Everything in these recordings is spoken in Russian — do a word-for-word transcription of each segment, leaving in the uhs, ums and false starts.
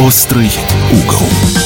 Острый угол.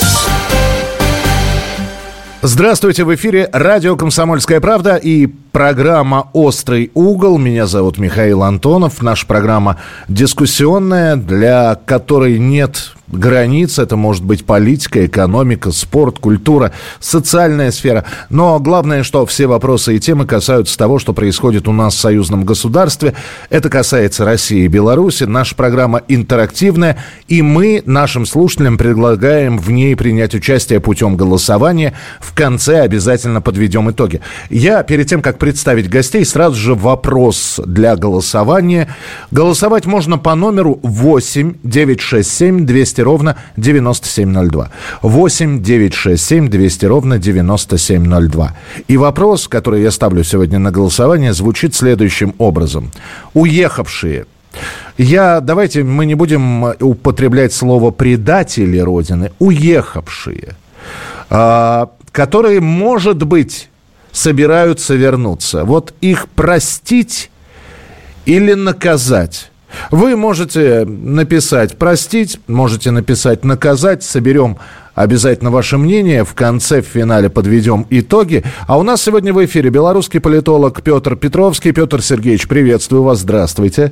Здравствуйте, в эфире радио «Комсомольская правда» и программа «Острый угол». Меня зовут Михаил Антонов. Наша программа дискуссионная, для которой нет границ. Это может быть политика, экономика, спорт, культура, социальная сфера. Но главное, что все вопросы и темы касаются того, что происходит у нас в союзном государстве. Это касается России и Беларуси. Наша программа интерактивная, и мы нашим слушателям предлагаем в ней принять участие путем голосования. В конце обязательно подведем итоги. Я перед тем, как представить гостей, сразу же вопрос для голосования. Голосовать можно по номеру восемь девятьсот шестьдесят семь двести ровно девяносто семь ноль два. восемь девятьсот шестьдесят семь двести ровно девяносто семь ноль два. И вопрос, который я ставлю сегодня на голосование, звучит следующим образом. Уехавшие. Я, давайте мы не будем употреблять слово «предатели Родины». Уехавшие. А, которые, может быть, собираются вернуться. Вот их простить или наказать? Вы можете написать «простить», можете написать «наказать». Соберем обязательно ваше мнение. В конце, в финале подведем итоги. А у нас сегодня в эфире белорусский политолог Петр Петровский. Петр Сергеевич, приветствую вас. Здравствуйте.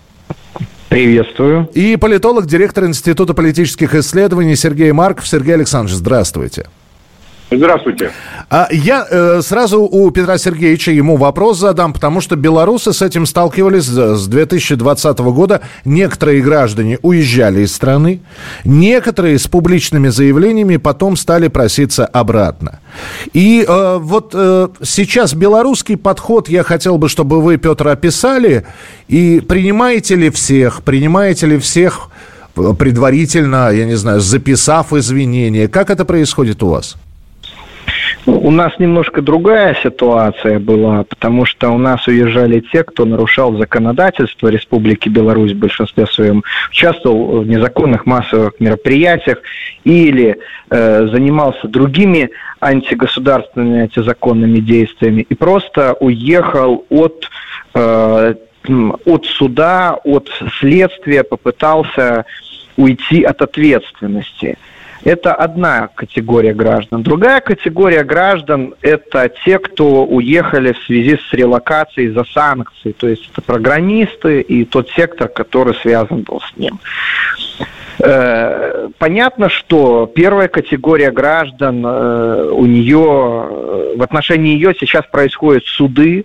Приветствую. И политолог, директор Института политических исследований Сергей Марков. Сергей Александрович, здравствуйте. Здравствуйте. А я э, сразу у Петра Сергеевича ему вопрос задам, потому что белорусы с этим сталкивались с две тысячи двадцатого года. Некоторые граждане уезжали из страны, некоторые с публичными заявлениями потом стали проситься обратно. И э, вот э, сейчас белорусский подход я хотел бы, чтобы вы, Петр, описали. И принимаете ли всех, принимаете ли всех предварительно, я не знаю, записав извинения? Как это происходит у вас? У нас немножко другая ситуация была, потому что у нас уезжали те, кто нарушал законодательство Республики Беларусь в большинстве своем, участвовал в незаконных массовых мероприятиях или э, занимался другими антигосударственными, антизаконными действиями и просто уехал от, э, от суда, от следствия, попытался уйти от ответственности. Это одна категория граждан. Другая категория граждан – это те, кто уехали в связи с релокацией за санкции. То есть это программисты и тот сектор, который связан был с ним. Понятно, что первая категория граждан, у нее, в отношении ее сейчас происходят суды.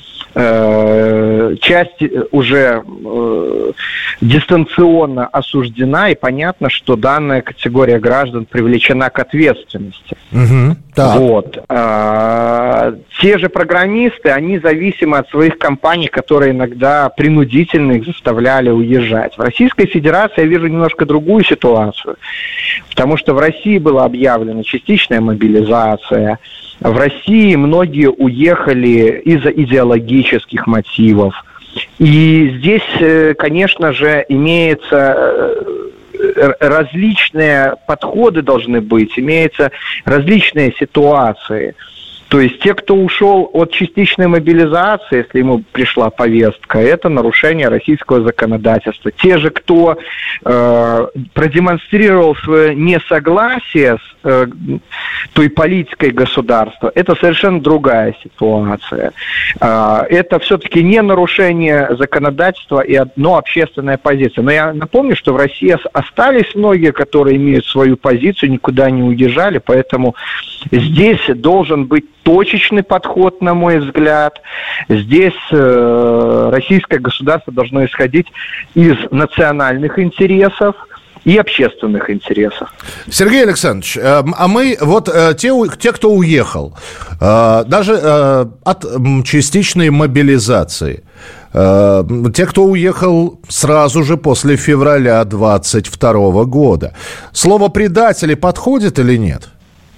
Часть уже э, дистанционно осуждена, и понятно, что данная категория граждан привлечена к ответственности. Угу, так. Вот. А, те же программисты, они зависимы от своих компаний, которые иногда принудительно их заставляли уезжать. В Российской Федерации я вижу немножко другую ситуацию, потому что в России была объявлена частичная мобилизация. В России многие уехали из-за идеологических мотивов. И здесь, конечно же, имеются различные подходы должны быть, имеются различные ситуации. То есть те, кто ушел от частичной мобилизации, если ему пришла повестка, это нарушение российского законодательства. Те же, кто э, продемонстрировал свое несогласие с э, той политикой государства, это совершенно другая ситуация. Э, это все-таки не нарушение законодательства, и одно общественная позиция. Но я напомню, что в России остались многие, которые имеют свою позицию, никуда не уезжали, поэтому здесь должен быть точечный подход, на мой взгляд. Здесь э, российское государство должно исходить из национальных интересов и общественных интересов. Сергей Александрович, э, а мы, вот э, те, те, кто уехал, э, даже э, от э, частичной мобилизации, э, те, кто уехал сразу же после февраля двадцать второго года, слово «предатели» подходит или нет?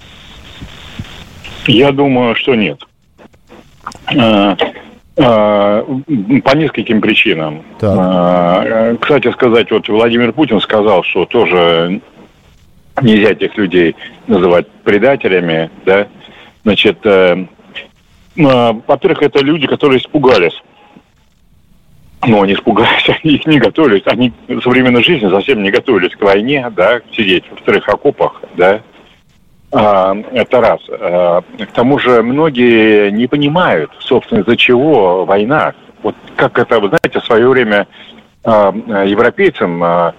Я думаю, что нет. По нескольким причинам. Так. Кстати сказать, вот Владимир Путин сказал, что тоже нельзя этих людей называть предателями, да. Значит, во-первых, это люди, которые испугались. ну, они испугались, они их не готовились, они в современной жизни совсем не готовились к войне, да, сидеть в вторых окопах, да, а, это раз. А, к тому же многие не понимают, собственно, из-за чего война. Вот как это, вы знаете, в свое время а, европейцам, а,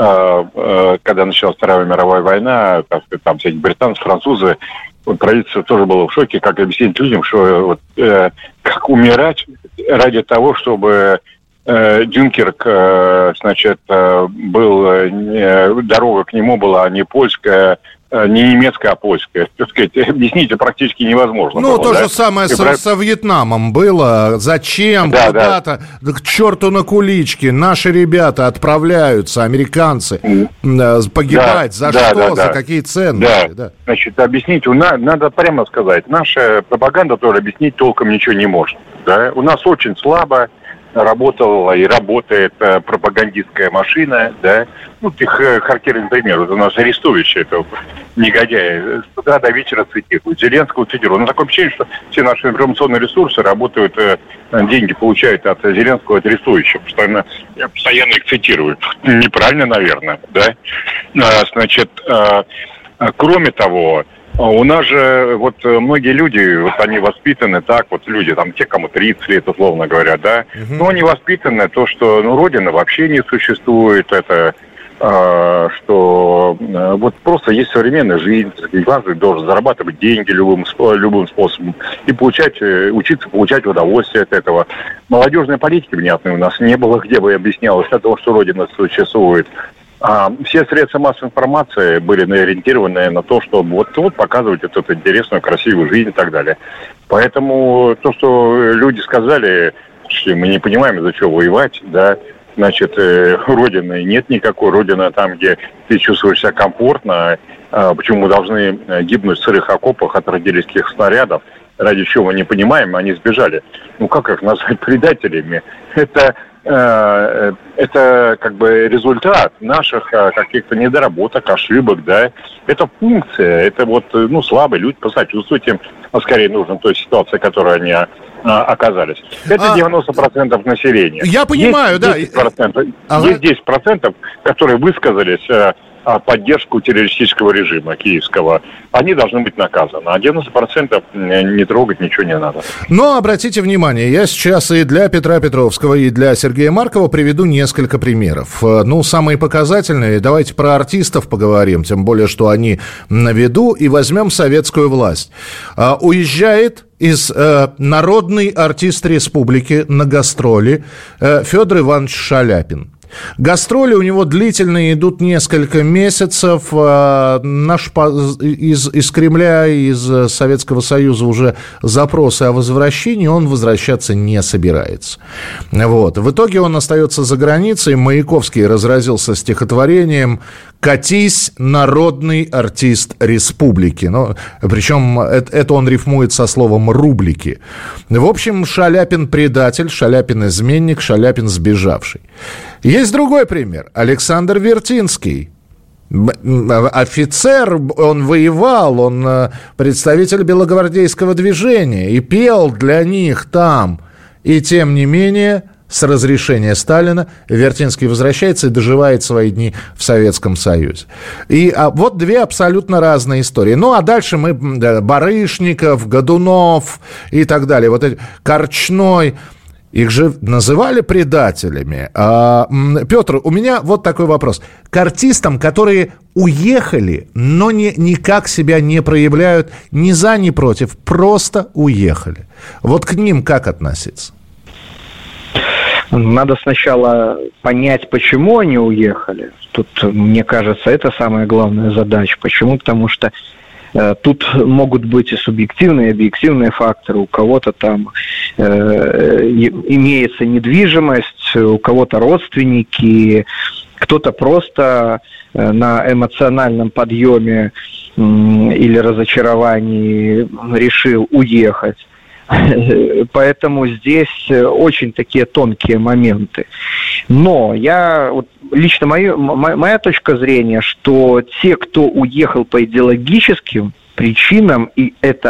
а, когда началась Вторая мировая война, так сказать, там всякие британцы, французы, вот правительство тоже было в шоке, как объяснить людям, что вот, э, как умирать ради того, чтобы Дюнкерк, значит, был, дорога к нему была не польская, не немецкая, а польская. Так сказать, объяснить практически невозможно. Ну, было, то да? же самое И со, про... со Вьетнамом было. Зачем? Да, куда-то? Да. К черту на кулички. Наши ребята отправляются, американцы, погибать. Да, за да, что? Да, за да. какие ценности? Да. Да. Значит, объяснить, надо прямо сказать, наша пропаганда тоже объяснить толком ничего не может. Да? У нас очень слабо работала и работает э, пропагандистская машина, да. Ну, их э, характерный пример. Вот у нас Арестович, это негодяй, с утра до вечера цитирует. Зеленского цитирует. Но такое ощущение, что все наши информационные ресурсы работают, э, деньги получают от Зеленского, от Арестовича. Постоянно, постоянно их цитируют. Неправильно, наверное, да. А, значит, э, кроме того, у нас же вот многие люди, вот они воспитаны так, вот люди, там те, кому тридцать лет, условно говоря, да, uh-huh. но они воспитаны то, что, ну, Родина вообще не существует, это, э, что э, вот просто есть современная жизнь, каждый должен зарабатывать деньги любым, любым способом и получать, учиться получать удовольствие от этого. Молодежной политики внятной у нас не было, где бы объяснялось от того, что Родина существует. А, все средства массовой информации были ориентированы на то, чтобы вот, вот показывать эту, эту интересную, красивую жизнь и так далее. Поэтому то, что люди сказали, что мы не понимаем, из-за чего воевать, да, значит, э, Родины нет никакой. Родина там, где ты чувствуешь себя комфортно, э, почему мы должны гибнуть в сырых окопах от артиллерийских снарядов, ради чего мы не понимаем, они сбежали. Ну как их назвать предателями? Это... это как бы результат наших каких-то недоработок, ошибок, да. Это функция, это вот, ну, слабые люди, посочувствуйте, а скорее нужно той ситуации, в которой они а, оказались. Это девяносто процентов а, населения. Я понимаю, есть десять процентов, да. Ага. Есть десять процентов, которые высказались поддержку террористического режима киевского, они должны быть наказаны. А девяносто процентов не трогать ничего не надо. Но обратите внимание, я сейчас и для Петра Петровского, и для Сергея Маркова приведу несколько примеров. Ну, самые показательные, давайте про артистов поговорим, тем более, что они на виду, и возьмем советскую власть. Уезжает из э, народный артист республики на гастроли э, Федор Иванович Шаляпин. Гастроли у него длительные, идут несколько месяцев. Наш из, из Кремля, из Советского Союза уже запросы о возвращении, он возвращаться не собирается. Вот. В итоге он остается за границей. Маяковский разразился стихотворением «Катись, народный артист республики». Ну, причем это, это он рифмует со словом «рублики». В общем, Шаляпин предатель, Шаляпин изменник, Шаляпин сбежавший. Есть другой пример. Александр Вертинский. Офицер, он воевал, он представитель белогвардейского движения и пел для них там. И тем не менее, с разрешения Сталина Вертинский возвращается и доживает свои дни в Советском Союзе. И а, вот две абсолютно разные истории. Ну, а дальше мы... Да, Барышников, Годунов и так далее. Вот эти, Корчной... Их же называли предателями. А, Петр, у меня вот такой вопрос. К артистам, которые уехали, но не, никак себя не проявляют ни за, ни против, просто уехали. Вот к ним как относиться? Надо сначала понять, почему они уехали. Тут, мне кажется, это самая главная задача. Почему? Потому что тут могут быть и субъективные, и объективные факторы. У кого-то там э, имеется недвижимость, у кого-то родственники, кто-то просто э, на эмоциональном подъеме э, или разочаровании решил уехать. Поэтому здесь очень такие тонкие моменты. Но я, вот, лично моя, моя точка зрения, что те, кто уехал по идеологическим причинам, и это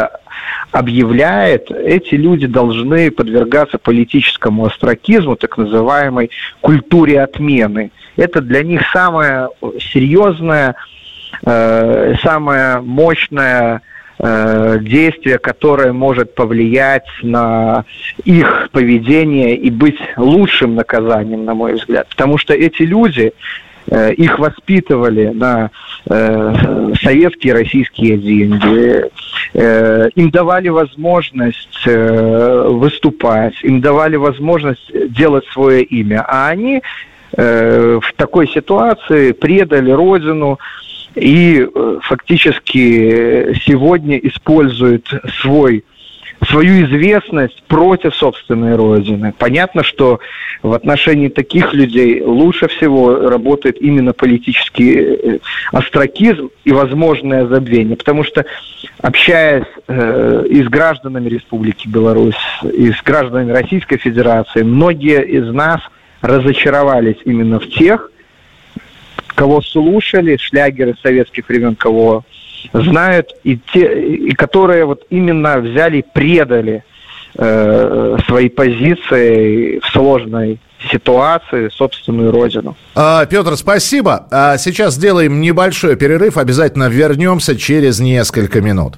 объявляет, эти люди должны подвергаться политическому остракизму, так называемой культуре отмены. Это для них самое серьезное, э, самое мощное э, действие, которое может повлиять на их поведение и быть лучшим наказанием, на мой взгляд. Потому что эти люди, э, их воспитывали на э, советские и российские деньги, э, им давали возможность э, выступать, им давали возможность делать свое имя, а они в такой ситуации предали Родину и фактически сегодня используют свой, свою известность против собственной Родины. Понятно, что в отношении таких людей лучше всего работает именно политический остракизм и возможное забвение, потому что, общаясь э, и с гражданами Республики Беларусь, и с гражданами Российской Федерации, многие из нас разочаровались именно в тех, кого слушали, шлягеры советских времен, кого знают, и те, и которые вот именно взяли, предали э, свои позиции в сложной ситуации, собственную родину. А, Петр, спасибо. А сейчас сделаем небольшой перерыв, обязательно вернемся через несколько минут.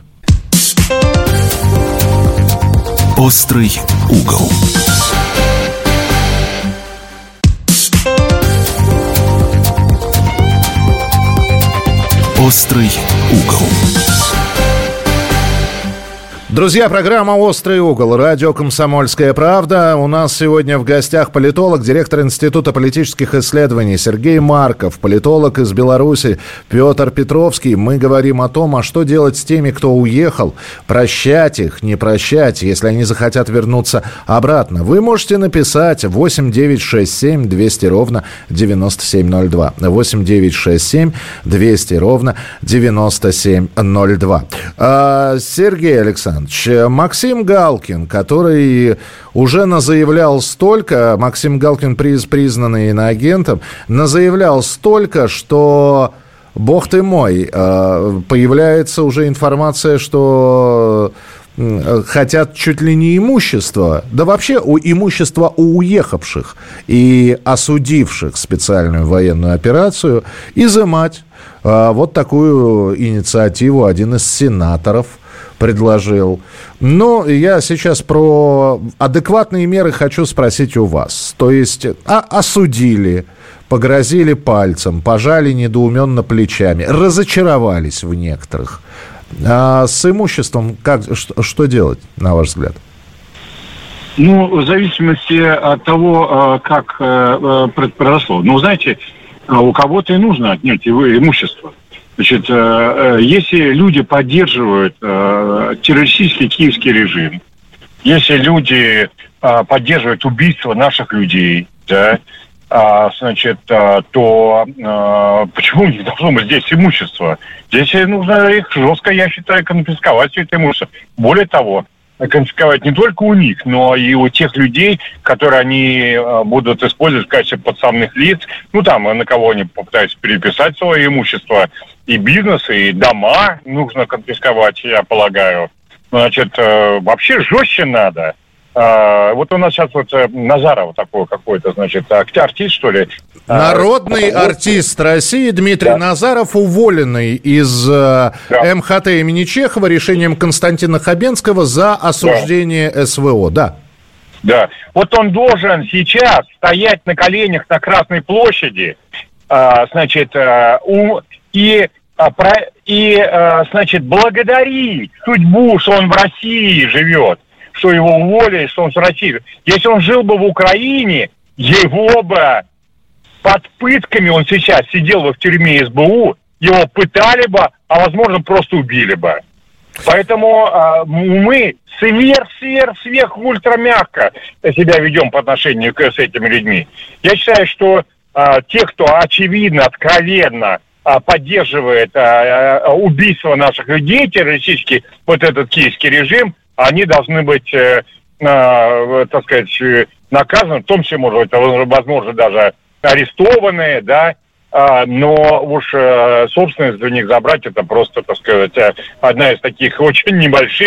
Острый угол. Острый угол. Друзья, программа «Острый угол», радио «Комсомольская правда». У нас сегодня в гостях политолог, директор Института политических исследований Сергей Марков, политолог из Беларуси Петр Петровский. Мы говорим о том, а что делать с теми, кто уехал, прощать их, не прощать, если они захотят вернуться обратно. Вы можете написать восемь девятьсот шестьдесят семь двести ровно девяносто семь ноль два. восемь девятьсот шестьдесят семь двести ровно девяносто семь ноль два. А, Сергей Александрович, Максим Галкин, который уже назаявлял столько, Максим Галкин, приз, признанный иноагентом, назаявлял столько, что, бог ты мой, появляется уже информация, что хотят чуть ли не имущество, да вообще у имущества у уехавших и осудивших специальную военную операцию изымать. Вот такую инициативу один из сенаторов предложил. Но я сейчас про адекватные меры хочу спросить у вас. То есть а, осудили, погрозили пальцем, пожали недоуменно плечами, разочаровались в некоторых. А с имуществом как, что, что делать, на ваш взгляд? Ну, в зависимости от того, как произошло. Ну, знаете, у кого-то и нужно отнять имущество. Значит, если люди поддерживают террористический киевский режим, если люди поддерживают убийство наших людей, да, значит, то почему у них должно быть здесь имущество? Здесь нужно их жестко, я считаю, конфисковать все это имущество. Более того, конфисковать не только у них, но и у тех людей, которые они будут использовать в качестве подставных лиц. Ну, там, на кого они попытаются переписать свое имущество. И бизнес, и дома нужно конфисковать, я полагаю. Значит, вообще жестче надо. Вот у нас сейчас вот Назаров такой какой-то, значит, артист, что ли. Народный а, артист вот. России Дмитрий да. Назаров, уволенный из да. эм ха тэ имени Чехова решением Константина Хабенского за осуждение да. эс вэ о, да. Да, вот он должен сейчас стоять на коленях на Красной площади, а, значит, а, у, и, а, про, и а, значит, благодарить судьбу, что он в России живет, что его уволили, что он в России. Если он жил бы в Украине, его бы под пытками, он сейчас сидел бы в тюрьме эс бэ у, его пытали бы, а возможно просто убили бы. Поэтому э, мы сверх, сверх, сверх ультрамягко себя ведем по отношению к с этими людьми. Я считаю, что э, те, кто очевидно, откровенно э, поддерживает э, убийство наших людей, террористический вот этот киевский режим, они должны быть, э, э, так сказать, наказаны, в том числе, может быть, возможно, даже арестованные, да, э, но уж э, собственность для них забрать, это просто, так сказать, одна из таких очень небольших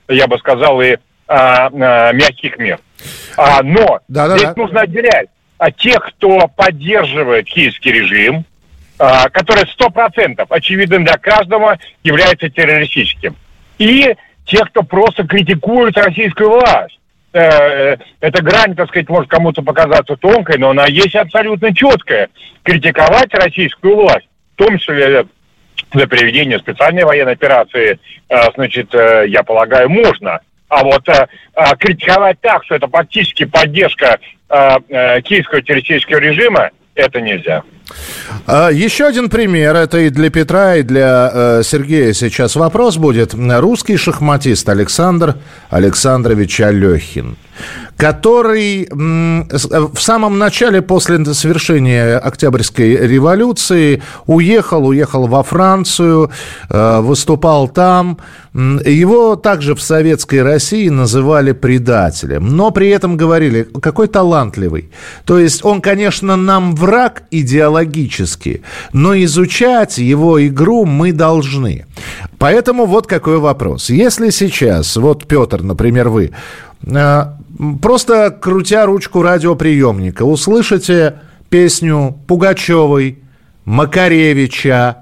я бы сказал, и а, а, мягких мер. А, но Да-да-да. здесь нужно отделять а, тех, кто поддерживает киевский режим, а, который сто процентов, очевидно для каждого, является террористическим, и тех, кто просто критикует российскую власть. Э, эта грань, так сказать, может кому-то показаться тонкой, но она есть абсолютно четкая. Критиковать российскую власть, в том числе за проведение специальной военной операции, э, значит, э, я полагаю, можно. А вот э, э, критиковать так, что это фактически поддержка э, э, киевского террористического режима, это нельзя. Еще один пример, это и для Петра, и для э, Сергея сейчас вопрос будет. Русский шахматист Александр Александрович Алехин, который м, в самом начале, после совершения Октябрьской революции, уехал, уехал во Францию, э, выступал там. Его также в советской России называли предателем, но при этом говорили, какой талантливый. То есть он, конечно, нам враг идеологически, но изучать его игру мы должны. Поэтому вот какой вопрос. Если сейчас, вот, Петр, например, вы, просто крутя ручку радиоприемника, услышите песню Пугачевой, Макаревича,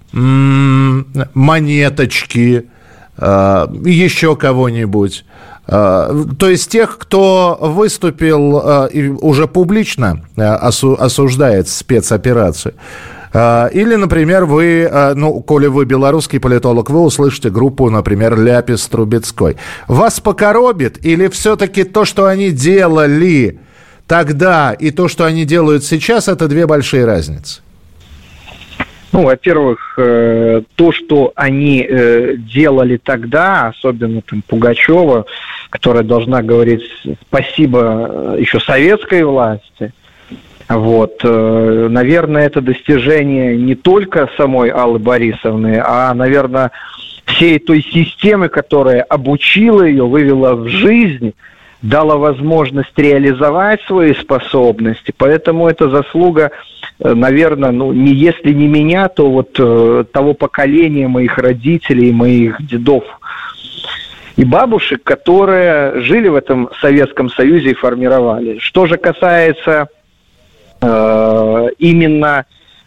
Монеточки, еще кого-нибудь, то есть тех, кто выступил и уже публично осуждает спецоперацию. Или, например, вы, ну, коли вы белорусский политолог, вы услышите группу, например, Ляпис Трубецкой. Вас покоробит или все-таки то, что они делали тогда, и то, что они делают сейчас, это две большие разницы? Ну, во-первых, то, что они делали тогда, особенно там Пугачева, которая должна говорить спасибо еще советской власти, вот, наверное, это достижение не только самой Аллы Борисовны, а, наверное, всей той системы, которая обучила ее, вывела в жизнь, дала возможность реализовать свои способности. Поэтому это заслуга, наверное, ну, не если не меня, то вот э, того поколения моих родителей, моих дедов и бабушек, которые жили в этом Советском Союзе и формировали. Что же касается э, именно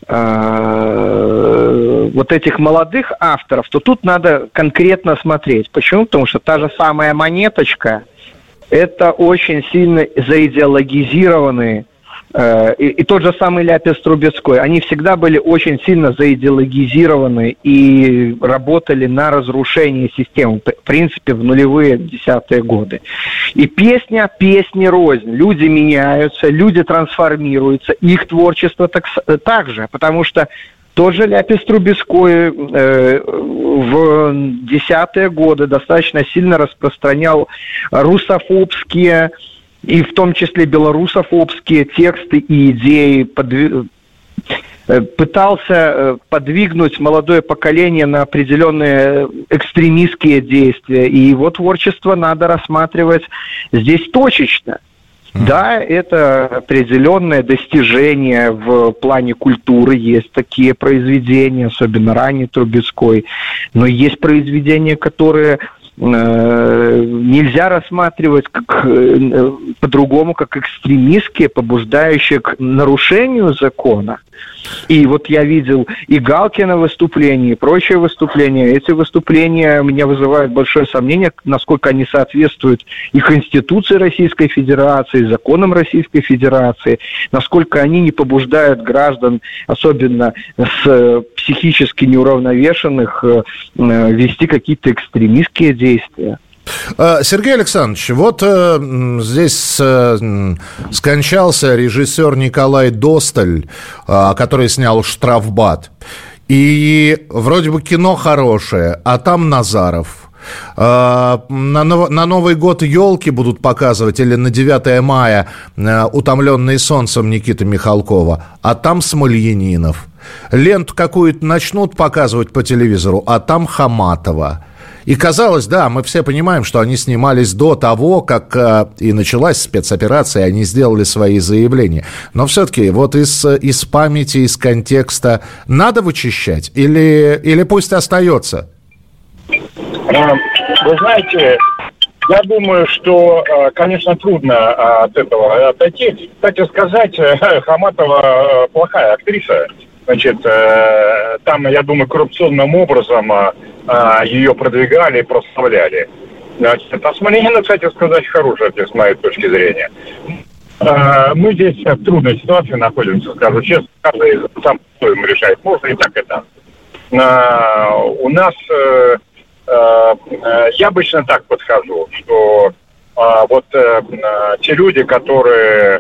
э, вот этих молодых авторов, то тут надо конкретно смотреть. Почему? Потому что та же самая «Монеточка» — это очень сильно заидеологизированные, э, и, и тот же самый Ляпис Трубецкой, они всегда были очень сильно заидеологизированы и работали на разрушение системы, в принципе, в нулевые десятые годы. И песня, песни рознь. Люди меняются, люди трансформируются, их творчество так, так же, потому что тот же Ляпис Трубецкой э, в десятые годы достаточно сильно распространял русофобские и в том числе белорусофобские тексты и идеи, подви... пытался подвигнуть молодое поколение на определенные экстремистские действия. И его творчество надо рассматривать здесь точечно. Да, это определенное достижение в плане культуры, есть такие произведения, особенно ранний Трубецкой, но есть произведения, которые э, нельзя рассматривать как, э, по-другому, как экстремистские, побуждающие к нарушению закона. И вот я видел и Галкина выступления, и прочие выступления. Эти выступления меня вызывают большое сомнение, насколько они соответствуют и Конституции Российской Федерации, и законам Российской Федерации, насколько они не побуждают граждан, особенно с психически неуравновешенных, вести какие-то экстремистские действия. Сергей Александрович, вот э, здесь э, скончался режиссер Николай Досталь, э, который снял «Штрафбат». И вроде бы кино хорошее, а там Назаров. Э, на, на Новый год «Елки» будут показывать, или на девятое мая э, «Утомленные солнцем» Никиты Михалкова, а там Смольянинов. Ленту какую-то начнут показывать по телевизору, а там Хаматова. И казалось, да, мы все понимаем, что они снимались до того, как э, и началась спецоперация, они сделали свои заявления. Но все-таки вот из, из памяти, из контекста надо вычищать или, или пусть остается? Вы знаете, я думаю, что, конечно, трудно от этого отойти. Кстати сказать, Хаматова плохая актриса. Значит, там, я думаю, коррупционным образом ее продвигали и прославляли. Значит, а Смольянина, кстати сказать, хорошая, с моей точки зрения. Мы здесь в трудной ситуации находимся, скажу честно. Каждый сам по-своему решает. Можно и так, и так. У нас... Я обычно так подхожу, что вот те люди, которые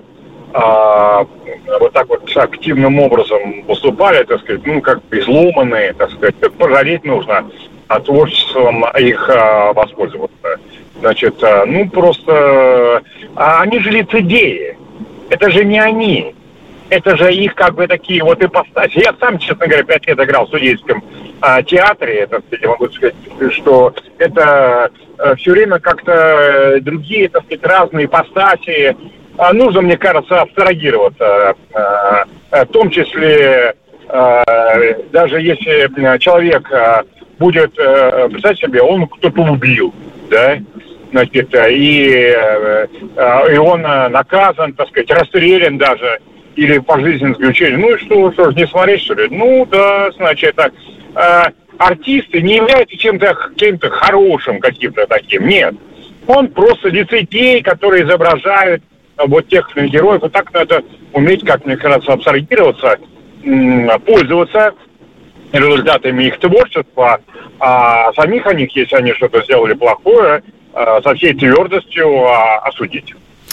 вот так вот активным образом поступали, так сказать, ну, как бы изломанные, так сказать, пожалеть нужно, а творчеством их воспользоваться. Значит, ну, просто... Они же лицедеи. Это же не они. Это же их, как бы, такие вот ипостаси. Я сам, честно говоря, пять лет играл в судейском а, театре. Так сказать, могу сказать, что это а, все время как-то другие, так сказать, разные ипостаси. А, нужно, мне кажется, абстрагироваться. А, а, в том числе, а, даже если человек а, будет, а, представьте себе, он кто-то убил, да, значит, и, а, и он наказан, так сказать, расстрелян даже, или пожизненное заключение. Ну и что, что ж, не смотреть, что ли? Ну да, значит, так, э, артисты не являются чем-то, каким-то хорошим каким-то таким. Нет. Он просто лицедей, которые изображают э, вот тех героев. Вот так надо уметь, как мне кажется, абстрагироваться, э, пользоваться результатами их творчества, а самих о них, если они что-то сделали плохое, э, со всей твердостью э, осудить.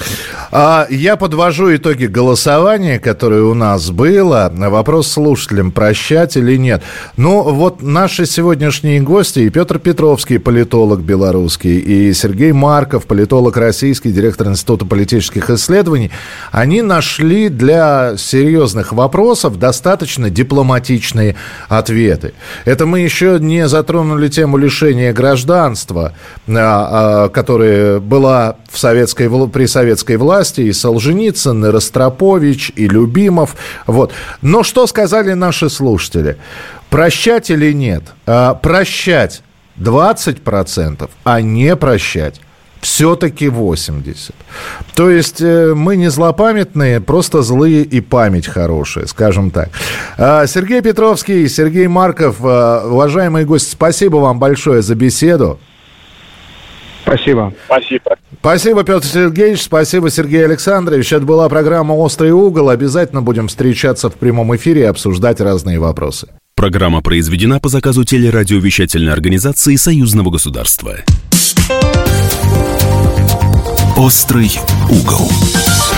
Я подвожу итоги голосования, которое у нас было. Вопрос слушателям: прощать или нет. Ну, вот наши сегодняшние гости, и Петр Петровский, политолог белорусский, и Сергей Марков, политолог российский, директор Института политических исследований, они нашли для серьезных вопросов достаточно дипломатичные ответы. Это мы еще не затронули тему лишения гражданства, которая была в советской, при советской власти, и Солженицын, и Ростропович, и Любимов. Вот. Но что сказали наши слушатели? Прощать или нет? А, прощать двадцать процентов, а не прощать все-таки восемьдесят процентов. То есть э, мы не злопамятные, просто злые и память хорошая, скажем так. А, Сергей Петровский, Сергей Марков, а, уважаемые гости, спасибо вам большое за беседу. Спасибо. Спасибо. Спасибо, Петр Сергеевич, спасибо, Сергей Александрович. Это была программа «Острый угол». Обязательно будем встречаться в прямом эфире и обсуждать разные вопросы. Программа произведена по заказу телерадиовещательной организации Союзного государства. «Острый угол».